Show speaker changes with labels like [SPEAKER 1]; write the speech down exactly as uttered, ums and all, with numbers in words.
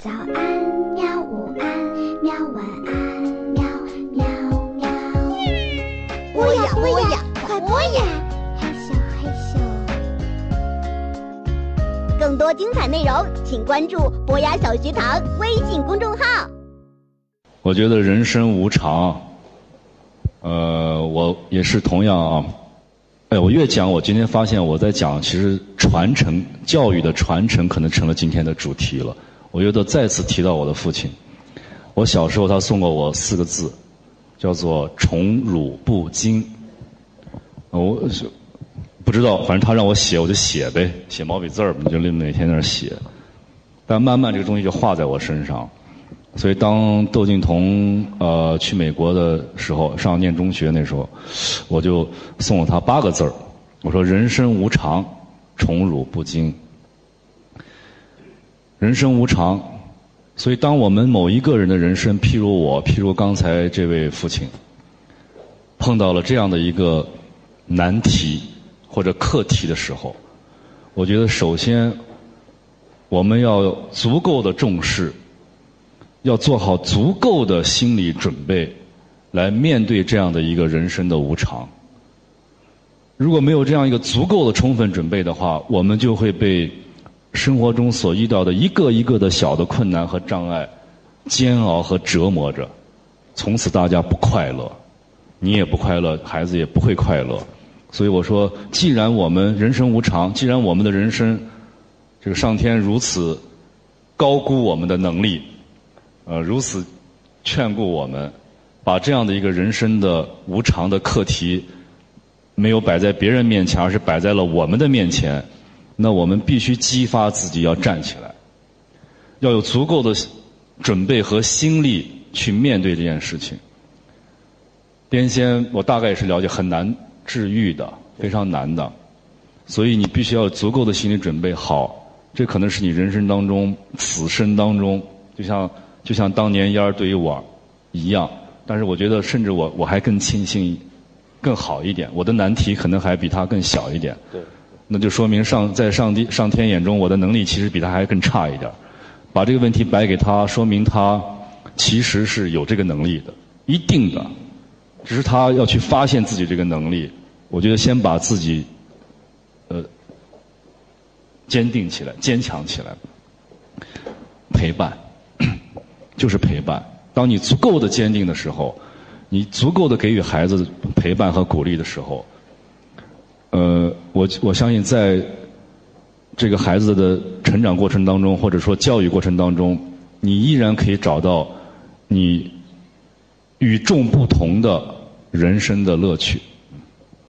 [SPEAKER 1] 早安喵，午安喵，晚安喵喵喵。
[SPEAKER 2] 播呀播呀，快播呀！
[SPEAKER 1] 嘿咻嘿咻。
[SPEAKER 2] 更多精彩内容，请关注博雅小学堂微信公众号。
[SPEAKER 3] 我觉得人生无常，呃，我也是同样啊。哎，我越讲，我今天发现我在讲，其实传承教育的传承可能成了今天的主题了。我觉得再次提到我的父亲，我小时候他送过我四个字，叫做宠辱不惊。我不知道，反正他让我写，我就写呗，写毛笔字儿，就每天在那儿写。但慢慢这个东西就画在我身上。所以当窦靖童呃去美国的时候，上念中学那时候，我就送了他八个字儿，我说人生无常，宠辱不惊。人生无常，所以当我们某一个人的人生，譬如我，譬如刚才这位父亲，碰到了这样的一个难题或者课题的时候，我觉得首先我们要足够的重视，要做好足够的心理准备，来面对这样的一个人生的无常。如果没有这样一个足够的充分准备的话，我们就会被生活中所遇到的一个一个的小的困难和障碍煎熬和折磨着，从此大家不快乐，你也不快乐，孩子也不会快乐。所以我说，既然我们人生无常，既然我们的人生这个上天如此高估我们的能力，呃，如此劝顾我们，把这样的一个人生的无常的课题没有摆在别人面前，而是摆在了我们的面前，那我们必须激发自己要站起来，要有足够的准备和心力去面对这件事情。癫痫我大概也是了解，很难治愈的，非常难的，所以你必须要有足够的心理准备好，这可能是你人生当中此生当中，就像就像当年燕儿对于我一样，但是我觉得甚至我我还更庆幸更好一点，我的难题可能还比他更小一点。
[SPEAKER 4] 对，
[SPEAKER 3] 那就说明上在上帝上天眼中，我的能力其实比他还更差一点。把这个问题摆给他，说明他其实是有这个能力的，一定的，只是他要去发现自己这个能力。我觉得先把自己呃坚定起来，坚强起来，陪伴就是陪伴。当你足够的坚定的时候，你足够的给予孩子陪伴和鼓励的时候，呃，我我相信在这个孩子的成长过程当中，或者说教育过程当中，你依然可以找到你与众不同的人生的乐趣。